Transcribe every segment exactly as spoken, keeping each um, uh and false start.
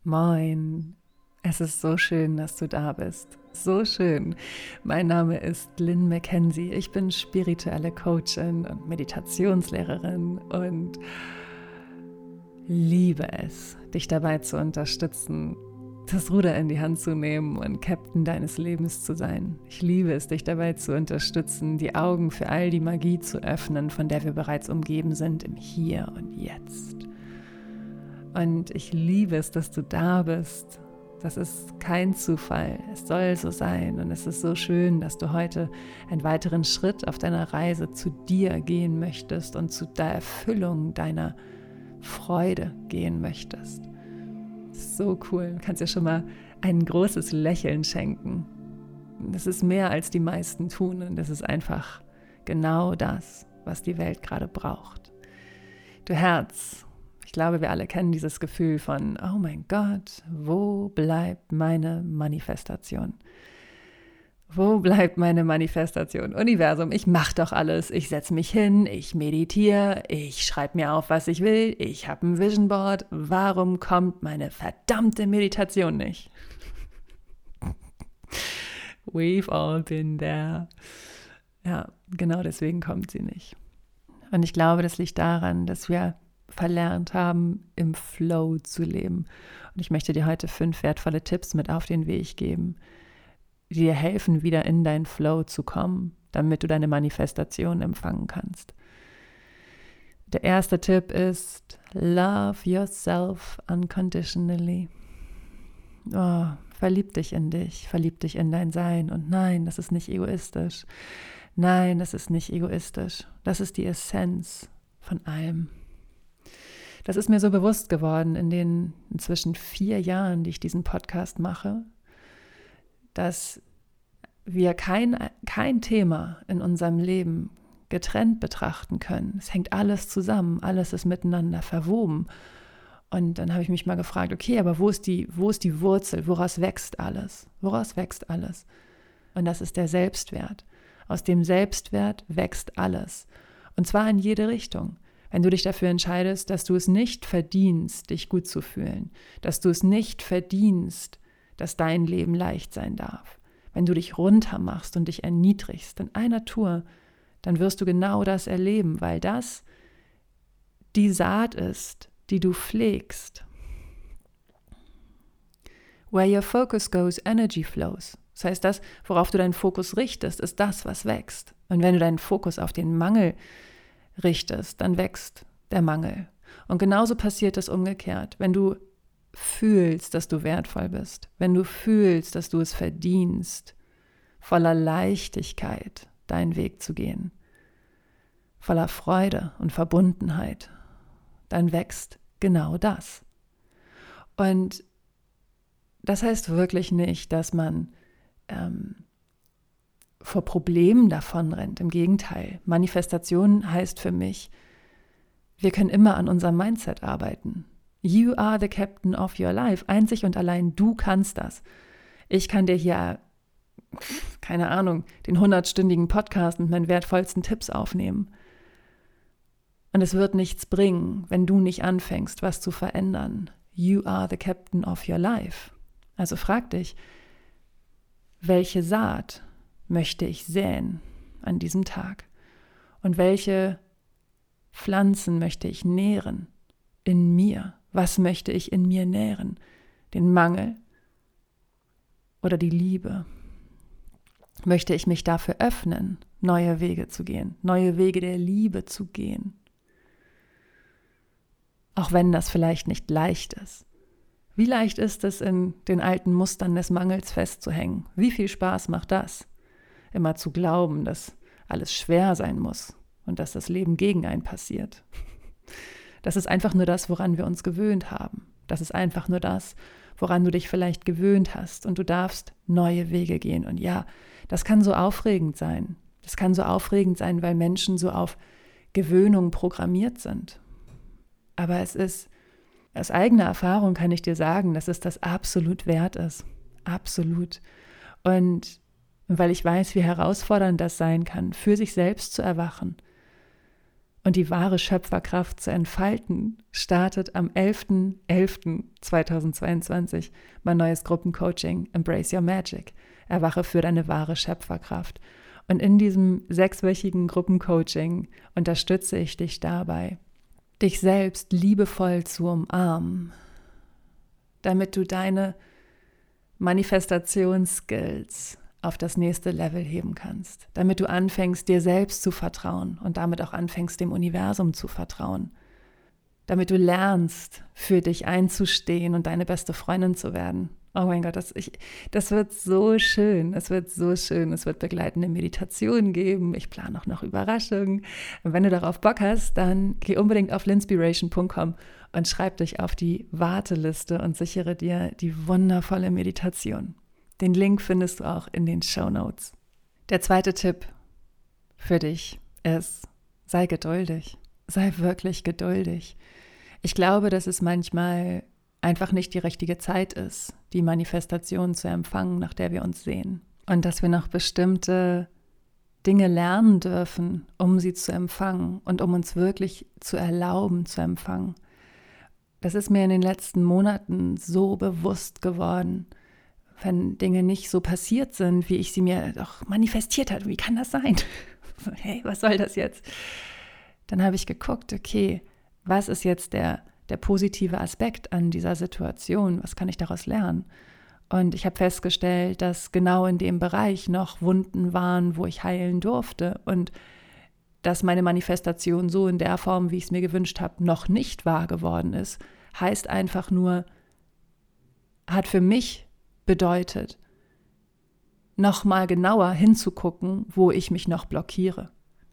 Moin, es ist so schön, dass du da bist. So schön. Mein Name ist Lynn McKenzie. Ich bin spirituelle Coachin und Meditationslehrerin und liebe es, dich dabei zu unterstützen, das Ruder in die Hand zu nehmen und Captain deines Lebens zu sein. Ich liebe es, dich dabei zu unterstützen, die Augen für all die Magie zu öffnen, von der wir bereits umgeben sind im Hier und Jetzt. Und ich liebe es, dass du da bist. Das ist kein Zufall. Es soll so sein. Und es ist so schön, dass du heute einen weiteren Schritt auf deiner Reise zu dir gehen möchtest und zu der Erfüllung deiner Freude gehen möchtest. Das ist so cool. Du kannst dir schon mal ein großes Lächeln schenken. Das ist mehr, als die meisten tun. Und das ist einfach genau das, was die Welt gerade braucht. Du Herz. Ich glaube, wir alle kennen dieses Gefühl von, oh mein Gott, wo bleibt meine Manifestation? Wo bleibt meine Manifestation? Universum, ich mache doch alles. Ich setze mich hin, ich meditiere, ich schreibe mir auf, was ich will, ich habe ein Vision Board. Warum kommt meine verdammte Meditation nicht? We've all been there. Ja, genau deswegen kommt sie nicht. Und ich glaube, das liegt daran, dass wir verlernt haben, im Flow zu leben. Und ich möchte dir heute fünf wertvolle Tipps mit auf den Weg geben, die dir helfen, wieder in deinen Flow zu kommen, damit du deine Manifestation empfangen kannst. Der erste Tipp ist, love yourself unconditionally. Oh, verlieb dich in dich, verlieb dich in dein Sein. Und nein, das ist nicht egoistisch. Nein, das ist nicht egoistisch. Das ist die Essenz von allem. Das ist mir so bewusst geworden in den inzwischen vier Jahren, die ich diesen Podcast mache, dass wir kein, kein Thema in unserem Leben getrennt betrachten können. Es hängt alles zusammen, alles ist miteinander verwoben. Und dann habe ich mich mal gefragt, okay, aber wo ist die, wo ist die Wurzel? Woraus wächst alles? Woraus wächst alles? Und das ist der Selbstwert. Aus dem Selbstwert wächst alles. Und zwar in jede Richtung. Wenn du dich dafür entscheidest, dass du es nicht verdienst, dich gut zu fühlen, dass du es nicht verdienst, dass dein Leben leicht sein darf, wenn du dich runter machst und dich erniedrigst in einer Tour, dann wirst du genau das erleben, weil das die Saat ist, die du pflegst. Where your focus goes, energy flows. Das heißt, das, worauf du deinen Fokus richtest, ist das, was wächst. Und wenn du deinen Fokus auf den Mangel richtest, dann wächst der Mangel. Und genauso passiert es umgekehrt. Wenn du fühlst, dass du wertvoll bist, wenn du fühlst, dass du es verdienst, voller Leichtigkeit deinen Weg zu gehen, voller Freude und Verbundenheit, dann wächst genau das. Und das heißt wirklich nicht, dass man ähm, vor Problemen davonrennt. Im Gegenteil, Manifestation heißt für mich, wir können immer an unserem Mindset arbeiten. You are the captain of your life. Einzig und allein du kannst das. Ich kann dir hier, keine Ahnung, den hundertstündigen Podcast mit meinen wertvollsten Tipps aufnehmen. Und es wird nichts bringen, wenn du nicht anfängst, was zu verändern. You are the captain of your life. Also frag dich, welche Saat möchte ich säen an diesem Tag? Und welche Pflanzen möchte ich nähren in mir? Was möchte ich in mir nähren? Den Mangel oder die Liebe? Möchte ich mich dafür öffnen, neue Wege zu gehen, neue Wege der Liebe zu gehen? Auch wenn das vielleicht nicht leicht ist. Wie leicht ist es, in den alten Mustern des Mangels festzuhängen? Wie viel Spaß macht das? Immer zu glauben, dass alles schwer sein muss und dass das Leben gegen einen passiert. Das ist einfach nur das, woran wir uns gewöhnt haben. Das ist einfach nur das, woran du dich vielleicht gewöhnt hast. Und du darfst neue Wege gehen. Und ja, das kann so aufregend sein. Das kann so aufregend sein, weil Menschen so auf Gewöhnung programmiert sind. Aber es ist, aus eigener Erfahrung kann ich dir sagen, dass es das absolut wert ist. Absolut. Und weil ich weiß, wie herausfordernd das sein kann, für sich selbst zu erwachen Und die wahre Schöpferkraft zu entfalten, startet am elfter elfter zweitausendzweiundzwanzig mein neues Gruppencoaching Embrace Your Magic. Erwache für deine wahre Schöpferkraft. Und in diesem sechswöchigen Gruppencoaching unterstütze ich dich dabei, dich selbst liebevoll zu umarmen, damit du deine Manifestationsskills auf das nächste Level heben kannst, damit du anfängst, dir selbst zu vertrauen und damit auch anfängst, dem Universum zu vertrauen, damit du lernst, für dich einzustehen und deine beste Freundin zu werden. Oh mein Gott, das, ich, das wird so schön, es wird so schön, es wird begleitende Meditationen geben, ich plane auch noch Überraschungen. Und wenn du darauf Bock hast, dann geh unbedingt auf linspiration punkt com und schreib dich auf die Warteliste und sichere dir die wundervolle Meditation. Den Link findest du auch in den Shownotes. Der zweite Tipp für dich ist, sei geduldig, sei wirklich geduldig. Ich glaube, dass es manchmal einfach nicht die richtige Zeit ist, die Manifestation zu empfangen, nach der wir uns sehen. Und dass wir noch bestimmte Dinge lernen dürfen, um sie zu empfangen und um uns wirklich zu erlauben zu empfangen. Das ist mir in den letzten Monaten so bewusst geworden, wenn Dinge nicht so passiert sind, wie ich sie mir doch manifestiert habe. Wie kann das sein? Hey, was soll das jetzt? Dann habe ich geguckt, okay, was ist jetzt der der positive Aspekt an dieser Situation, was kann ich daraus lernen? Und ich habe festgestellt, dass genau in dem Bereich noch Wunden waren, wo ich heilen durfte und dass meine Manifestation so in der Form, wie ich es mir gewünscht habe, noch nicht wahr geworden ist, heißt einfach nur, hat für mich bedeutet, nochmal genauer hinzugucken, wo ich mich noch blockiere.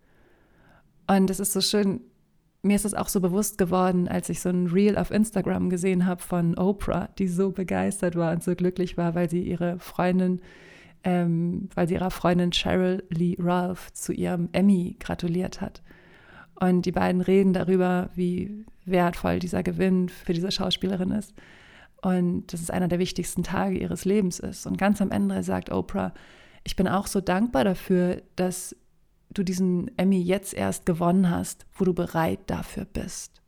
Und es ist so schön, mir ist es auch so bewusst geworden, als ich so ein Reel auf Instagram gesehen habe von Oprah, die so begeistert war und so glücklich war, weil sie ihre Freundin, ähm, weil sie ihrer Freundin Sheryl Lee Ralph zu ihrem Emmy gratuliert hat. Und die beiden reden darüber, wie wertvoll dieser Gewinn für diese Schauspielerin ist. Und dass es einer der wichtigsten Tage ihres Lebens ist. Und ganz am Ende sagt Oprah, ich bin auch so dankbar dafür, dass du diesen Emmy jetzt erst gewonnen hast, wo du bereit dafür bist.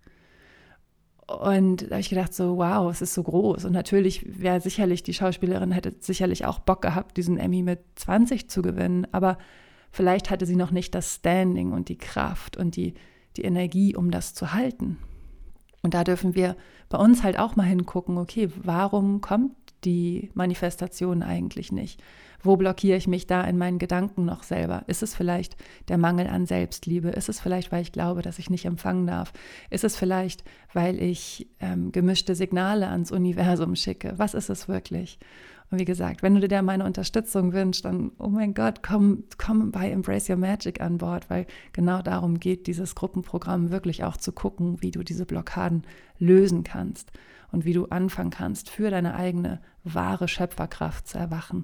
Und da habe ich gedacht so, wow, es ist so groß. Und natürlich wäre sicherlich, die Schauspielerin hätte sicherlich auch Bock gehabt, diesen Emmy mit zwanzig zu gewinnen. Aber vielleicht hatte sie noch nicht das Standing und die Kraft und die, die Energie, um das zu halten. Und da dürfen wir bei uns halt auch mal hingucken, okay, warum kommt die Manifestation eigentlich nicht? Wo blockiere ich mich da in meinen Gedanken noch selber? Ist es vielleicht der Mangel an Selbstliebe? Ist es vielleicht, weil ich glaube, dass ich nicht empfangen darf? Ist es vielleicht, weil ich ähm, gemischte Signale ans Universum schicke? Was ist es wirklich? Und wie gesagt, wenn du dir meine Unterstützung wünschst, dann, oh mein Gott, komm, komm bei Embrace Your Magic an Bord, weil genau darum geht dieses Gruppenprogramm, wirklich auch zu gucken, wie du diese Blockaden lösen kannst und wie du anfangen kannst, für deine eigene wahre Schöpferkraft zu erwachen.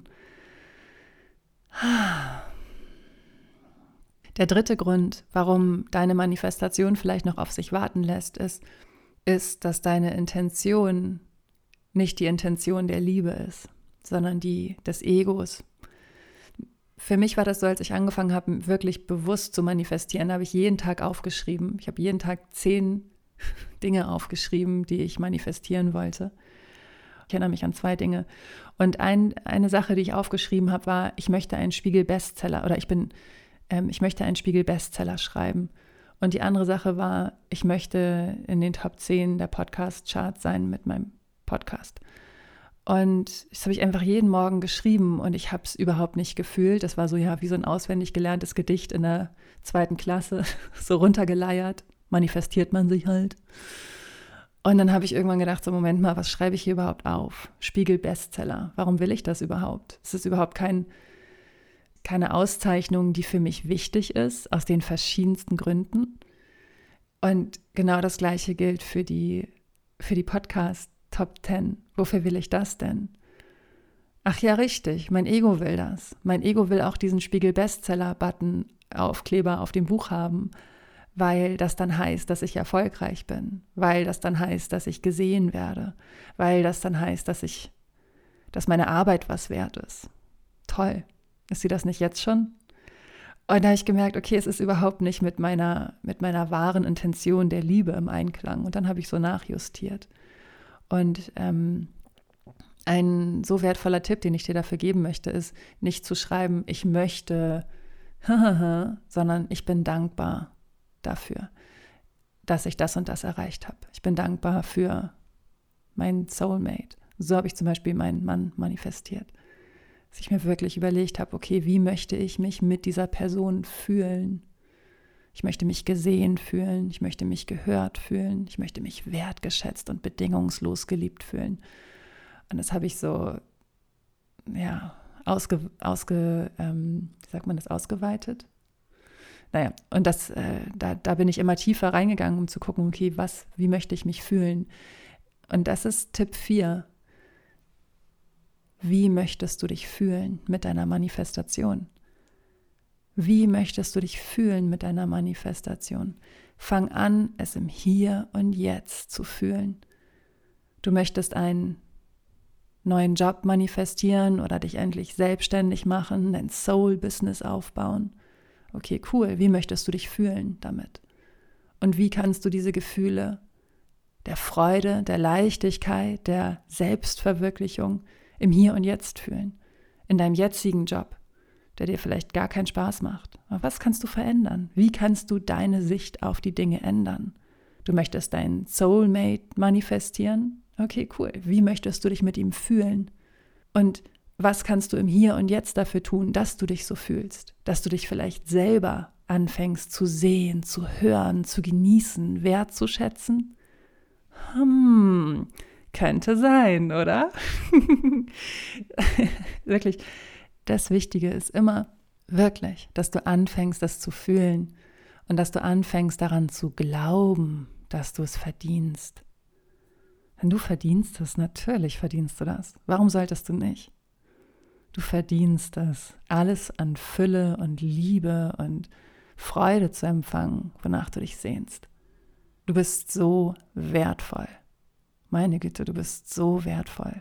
Der dritte Grund, warum deine Manifestation vielleicht noch auf sich warten lässt, ist, ist, dass deine Intention nicht die Intention der Liebe ist, sondern die des Egos. Für mich war das so, als ich angefangen habe, wirklich bewusst zu manifestieren, habe ich jeden Tag aufgeschrieben. Ich habe jeden Tag zehn Dinge aufgeschrieben, die ich manifestieren wollte. Ich erinnere mich an zwei Dinge. Und ein, eine Sache, die ich aufgeschrieben habe, war, ich möchte einen Spiegel-Bestseller oder ich bin, ähm, ich möchte einen Spiegel-Bestseller schreiben. Und die andere Sache war, ich möchte in den Top zehn der Podcast-Charts sein mit meinem Podcast. Und das habe ich einfach jeden Morgen geschrieben und ich habe es überhaupt nicht gefühlt. Das war so ja wie so ein auswendig gelerntes Gedicht in der zweiten Klasse, so runtergeleiert. Manifestiert man sich halt. Und dann habe ich irgendwann gedacht, so Moment mal, was schreibe ich hier überhaupt auf? Spiegel-Bestseller. Warum will ich das überhaupt? Es ist überhaupt kein, keine Auszeichnung, die für mich wichtig ist, aus den verschiedensten Gründen. Und genau das Gleiche gilt für die, für die Podcast Top zehn. Wofür will ich das denn? Ach ja, richtig, mein Ego will das. Mein Ego will auch diesen Spiegel-Bestseller-Button, Aufkleber auf dem Buch haben, weil das dann heißt, dass ich erfolgreich bin, weil das dann heißt, dass ich gesehen werde, weil das dann heißt, dass ich, dass meine Arbeit was wert ist. Toll. Ist sie das nicht jetzt schon? Und da habe ich gemerkt, okay, es ist überhaupt nicht mit meiner, mit meiner wahren Intention der Liebe im Einklang. Und dann habe ich so nachjustiert. Und ähm, ein so wertvoller Tipp, den ich dir dafür geben möchte, ist, nicht zu schreiben, ich möchte, sondern ich bin dankbar dafür, dass ich das und das erreicht habe. Ich bin dankbar für meinen Soulmate. So habe ich zum Beispiel meinen Mann manifestiert. Dass ich mir wirklich überlegt habe, okay, wie möchte ich mich mit dieser Person fühlen? Ich möchte mich gesehen fühlen, ich möchte mich gehört fühlen, ich möchte mich wertgeschätzt und bedingungslos geliebt fühlen. Und das habe ich so, ja, ausge, ausge ähm, wie sagt man das, ausgeweitet? Naja, und das, äh, da, da bin ich immer tiefer reingegangen, um zu gucken, okay, was, wie möchte ich mich fühlen? Und das ist Tipp vier. Wie möchtest du dich fühlen mit deiner Manifestation? Wie möchtest du dich fühlen mit deiner Manifestation? Fang an, es im Hier und Jetzt zu fühlen. Du möchtest einen neuen Job manifestieren oder dich endlich selbstständig machen, dein Soul-Business aufbauen. Okay, cool. Wie möchtest du dich fühlen damit? Und wie kannst du diese Gefühle der Freude, der Leichtigkeit, der Selbstverwirklichung im Hier und Jetzt fühlen? In deinem jetzigen Job, der dir vielleicht gar keinen Spaß macht. Aber was kannst du verändern? Wie kannst du deine Sicht auf die Dinge ändern? Du möchtest deinen Soulmate manifestieren? Okay, cool. Wie möchtest du dich mit ihm fühlen? Und was kannst du im Hier und Jetzt dafür tun, dass du dich so fühlst? Dass du dich vielleicht selber anfängst zu sehen, zu hören, zu genießen, wertzuschätzen? Hm, könnte sein, oder? Wirklich, das Wichtige ist immer wirklich, dass du anfängst, das zu fühlen und dass du anfängst, daran zu glauben, dass du es verdienst. Wenn du verdienst es, natürlich verdienst du das. Warum solltest du nicht? Du verdienst es, alles an Fülle und Liebe und Freude zu empfangen, wonach du dich sehnst. Du bist so wertvoll. Meine Güte, du bist so wertvoll.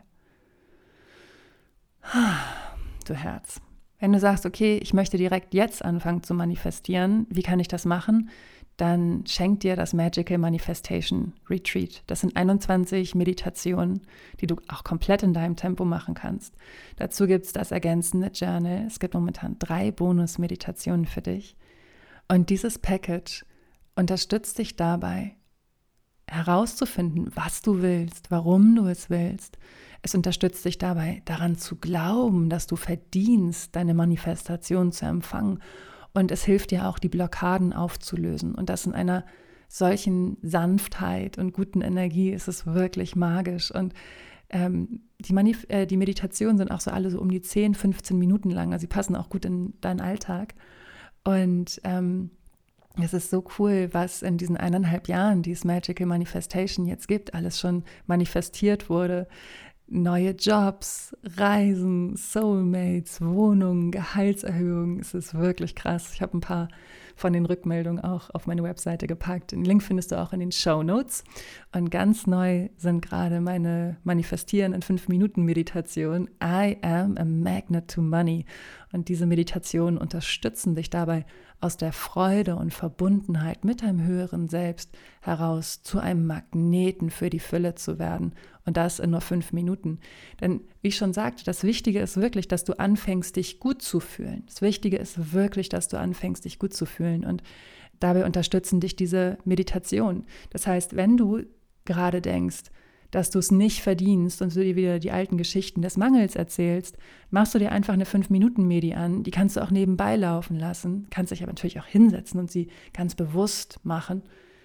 Du Herz. Wenn du sagst, okay, ich möchte direkt jetzt anfangen zu manifestieren, wie kann ich das machen? Dann schenk dir das Magical Manifestation Retreat. Das sind einundzwanzig Meditationen, die du auch komplett in deinem Tempo machen kannst. Dazu gibt es das ergänzende Journal. Es gibt momentan drei Bonus-Meditationen für dich. Und dieses Package unterstützt dich dabei, herauszufinden, was du willst, warum du es willst. Es unterstützt dich dabei, daran zu glauben, dass du verdienst, deine Manifestation zu empfangen. Und es hilft dir auch, die Blockaden aufzulösen. Und das in einer solchen Sanftheit und guten Energie ist es wirklich magisch. Und ähm, die, Manif- äh, die Meditationen sind auch so alle so um die zehn, fünfzehn Minuten lang. Also sie passen auch gut in deinen Alltag. Und ähm, es ist so cool, was in diesen eineinhalb Jahren, die es Magical Manifestation jetzt gibt, alles schon manifestiert wurde. Neue Jobs, Reisen, Soulmates, Wohnungen, Gehaltserhöhungen. Es ist wirklich krass. Ich habe ein paar von den Rückmeldungen auch auf meine Webseite gepackt. Den Link findest du auch in den Shownotes. Und ganz neu sind gerade meine Manifestieren in fünf Minuten Meditation. I am a magnet to money. Und diese Meditationen unterstützen dich dabei, aus der Freude und Verbundenheit mit deinem höheren Selbst heraus zu einem Magneten für die Fülle zu werden. Und das in nur fünf Minuten. Denn wie ich schon sagte, das Wichtige ist wirklich, dass du anfängst, dich gut zu fühlen. Das Wichtige ist wirklich, dass du anfängst, dich gut zu fühlen. Und dabei unterstützen dich diese Meditationen. Das heißt, wenn du gerade denkst, dass du es nicht verdienst und du dir wieder die alten Geschichten des Mangels erzählst, machst du dir einfach eine fünf Minuten Medi an. Die kannst du auch nebenbei laufen lassen, kannst dich aber natürlich auch hinsetzen und sie ganz bewusst machen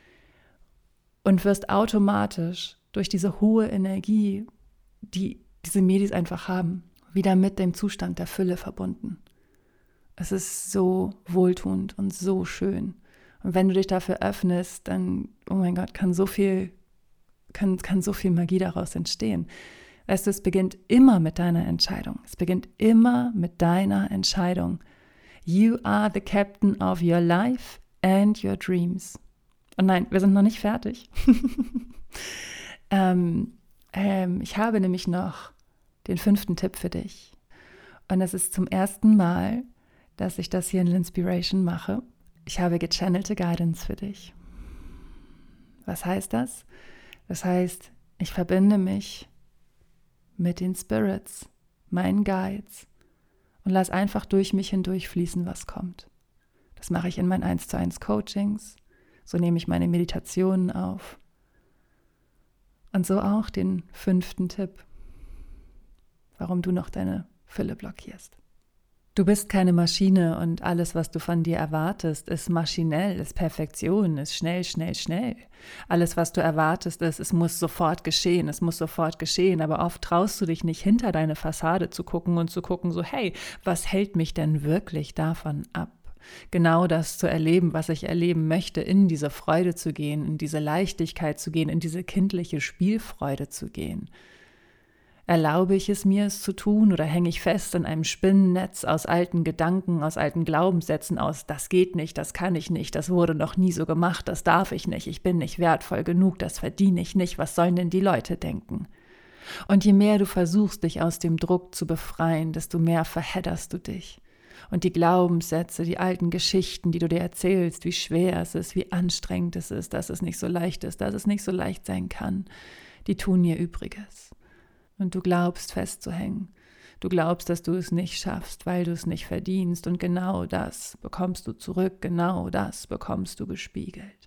und wirst automatisch durch diese hohe Energie, die diese Medis einfach haben, wieder mit dem Zustand der Fülle verbunden. Es ist so wohltuend und so schön. Und wenn du dich dafür öffnest, dann, oh mein Gott, kann so viel Kann, kann so viel Magie daraus entstehen. Weißt du, es beginnt immer mit deiner Entscheidung. Es beginnt immer mit deiner Entscheidung. You are the captain of your life and your dreams. Und nein, wir sind noch nicht fertig. ähm, ähm, ich habe nämlich noch den fünften Tipp für dich. Und es ist zum ersten Mal dass ich das hier in Linspiration mache. Ich habe gechannelte Guidance für dich. Was heißt das? Das heißt, ich verbinde mich mit den Spirits, meinen Guides und lass einfach durch mich hindurch fließen, was kommt. Das mache ich in meinen eins zu eins Coachings, so nehme ich meine Meditationen auf. Und so auch den fünften Tipp, warum du noch deine Fülle blockierst. Du bist keine Maschine und alles, was du von dir erwartest, ist maschinell, ist Perfektion, ist schnell, schnell, schnell. Alles, was du erwartest, ist, es muss sofort geschehen, es muss sofort geschehen. Aber oft traust du dich nicht, hinter deine Fassade zu gucken und zu gucken, so hey, was hält mich denn wirklich davon ab? Genau das zu erleben, was ich erleben möchte, in diese Freude zu gehen, in diese Leichtigkeit zu gehen, in diese kindliche Spielfreude zu gehen. Erlaube ich es mir, es zu tun, oder hänge ich fest in einem Spinnennetz aus alten Gedanken, aus alten Glaubenssätzen, aus das geht nicht, das kann ich nicht, das wurde noch nie so gemacht, das darf ich nicht, ich bin nicht wertvoll genug, das verdiene ich nicht, was sollen denn die Leute denken? Und je mehr du versuchst, dich aus dem Druck zu befreien, desto mehr verhedderst du dich. Und die Glaubenssätze, die alten Geschichten, die du dir erzählst, wie schwer es ist, wie anstrengend es ist, dass es nicht so leicht ist, dass es nicht so leicht sein kann, die tun ihr Übriges. Und du glaubst festzuhängen. Du glaubst, dass du es nicht schaffst, weil du es nicht verdienst. Und genau das bekommst du zurück, genau das bekommst du gespiegelt.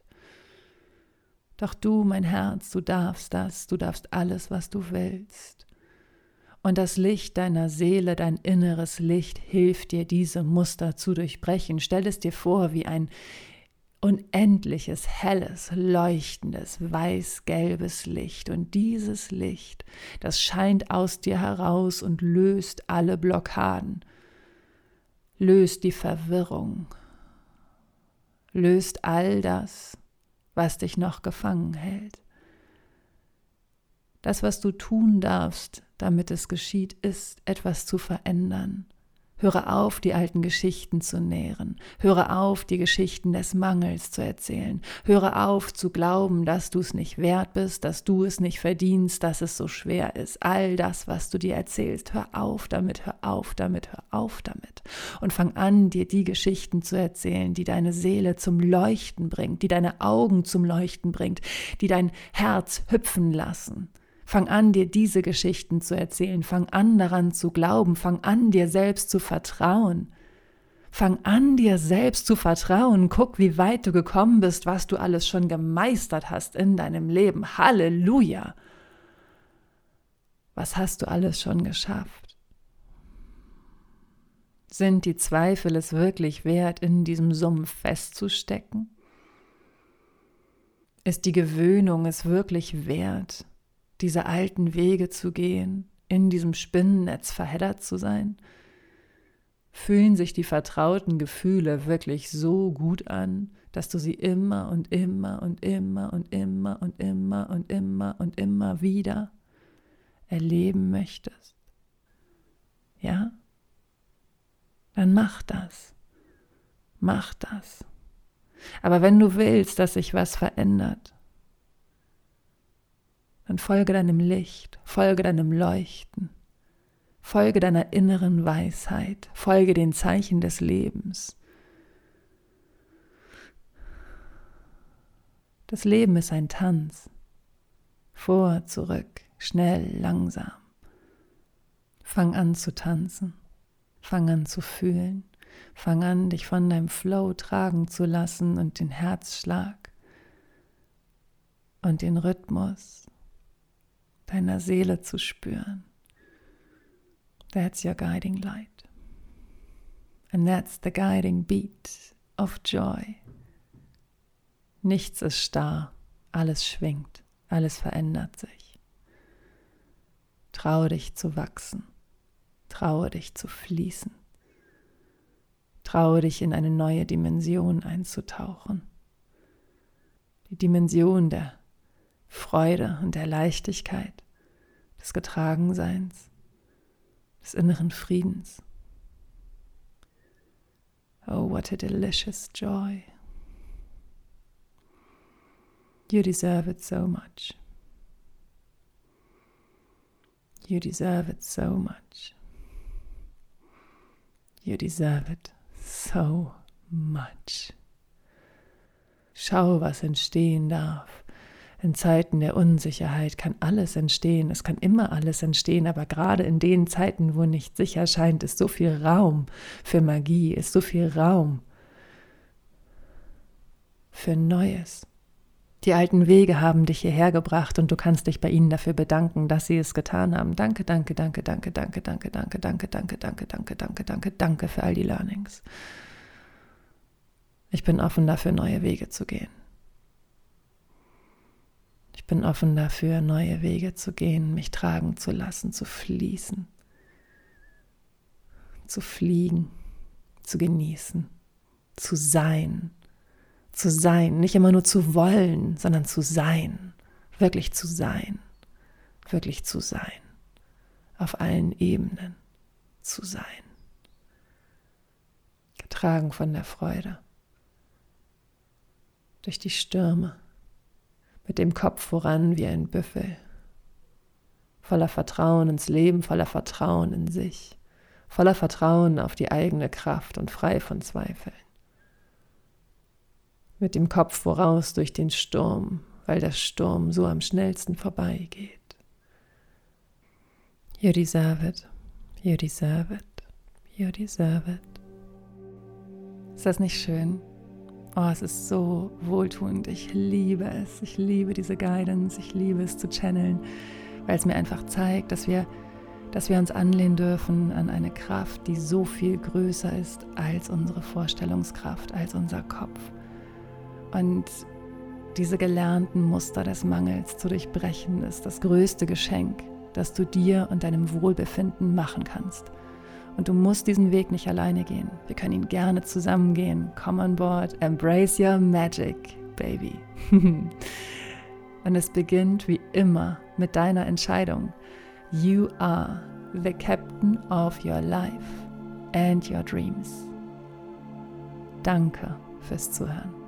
Doch du, mein Herz, du darfst das, du darfst alles, was du willst. Und das Licht deiner Seele, dein inneres Licht, hilft dir, diese Muster zu durchbrechen. Stell es dir vor wie ein unendliches, helles, leuchtendes, weiß-gelbes Licht. Und dieses Licht, das scheint aus dir heraus und löst alle Blockaden, löst die Verwirrung, löst all das, was dich noch gefangen hält. Das, was du tun darfst, damit es geschieht, ist, etwas zu verändern. Höre auf, die alten Geschichten zu nähren. Höre auf, die Geschichten des Mangels zu erzählen. Höre auf, zu glauben, dass du es nicht wert bist, dass du es nicht verdienst, dass es so schwer ist. All das, was du dir erzählst, hör auf damit, hör auf damit, hör auf damit. Und fang an, dir die Geschichten zu erzählen, die deine Seele zum Leuchten bringt, die deine Augen zum Leuchten bringt, die dein Herz hüpfen lassen. Fang an, dir diese Geschichten zu erzählen. Fang an, daran zu glauben. Fang an, dir selbst zu vertrauen. Fang an, dir selbst zu vertrauen. Guck, wie weit du gekommen bist, was du alles schon gemeistert hast in deinem Leben. Halleluja! Was hast du alles schon geschafft? Sind die Zweifel es wirklich wert, in diesem Sumpf festzustecken? Ist die Gewöhnung es wirklich wert, diese alten Wege zu gehen, in diesem Spinnennetz verheddert zu sein? Fühlen sich die vertrauten Gefühle wirklich so gut an, dass du sie immer und immer und immer und immer und immer und immer und immer wieder erleben möchtest? Ja? Dann mach das. Mach das. Aber wenn du willst, dass sich was verändert, dann folge deinem Licht, folge deinem Leuchten, folge deiner inneren Weisheit, folge den Zeichen des Lebens. Das Leben ist ein Tanz. Vor, zurück, schnell, langsam. Fang an zu tanzen, fang an zu fühlen, fang an, dich von deinem Flow tragen zu lassen und den Herzschlag und den Rhythmus deiner Seele zu spüren. That's your guiding light. And that's the guiding beat of joy. Nichts ist starr, alles schwingt, alles verändert sich. Traue dich zu wachsen, traue dich zu fließen, traue dich in eine neue Dimension einzutauchen. Die Dimension der Freude und der Leichtigkeit, des Getragenseins, des inneren Friedens. Oh, what a delicious joy. You deserve it so much. You deserve it so much. You deserve it so much. Schau, was entstehen darf. In Zeiten der Unsicherheit kann alles entstehen, es kann immer alles entstehen, aber gerade in den Zeiten, wo nicht sicher scheint, ist so viel Raum für Magie, ist so viel Raum für Neues. Die alten Wege haben dich hierher gebracht und du kannst dich bei ihnen dafür bedanken, dass sie es getan haben. Danke, danke, danke, danke, danke, danke, danke, danke, danke, danke, danke, danke, danke, danke für all die Learnings. Ich bin offen dafür, neue Wege zu gehen. Ich bin offen dafür, neue Wege zu gehen, mich tragen zu lassen, zu fließen, zu fliegen, zu genießen, zu sein, zu sein, nicht immer nur zu wollen, sondern zu sein, wirklich zu sein, wirklich zu sein, auf allen Ebenen zu sein, getragen von der Freude, durch die Stürme, mit dem Kopf voran wie ein Büffel, voller Vertrauen ins Leben, voller Vertrauen in sich, voller Vertrauen auf die eigene Kraft und frei von Zweifeln. Mit dem Kopf voraus durch den Sturm, weil der Sturm so am schnellsten vorbeigeht. You deserve it, you deserve it, you deserve it. Ist das nicht schön? Oh, es ist so wohltuend. Ich liebe es. Ich liebe diese Guidance. Ich liebe es zu channeln, weil es mir einfach zeigt, dass wir, dass wir uns anlehnen dürfen an eine Kraft, die so viel größer ist als unsere Vorstellungskraft, als unser Kopf. Und diese gelernten Muster des Mangels zu durchbrechen, ist das größte Geschenk, das du dir und deinem Wohlbefinden machen kannst. Und du musst diesen Weg nicht alleine gehen. Wir können ihn gerne zusammen gehen. Come on board, embrace your magic, baby. Und es beginnt wie immer mit deiner Entscheidung. You are the captain of your life and your dreams. Danke fürs Zuhören.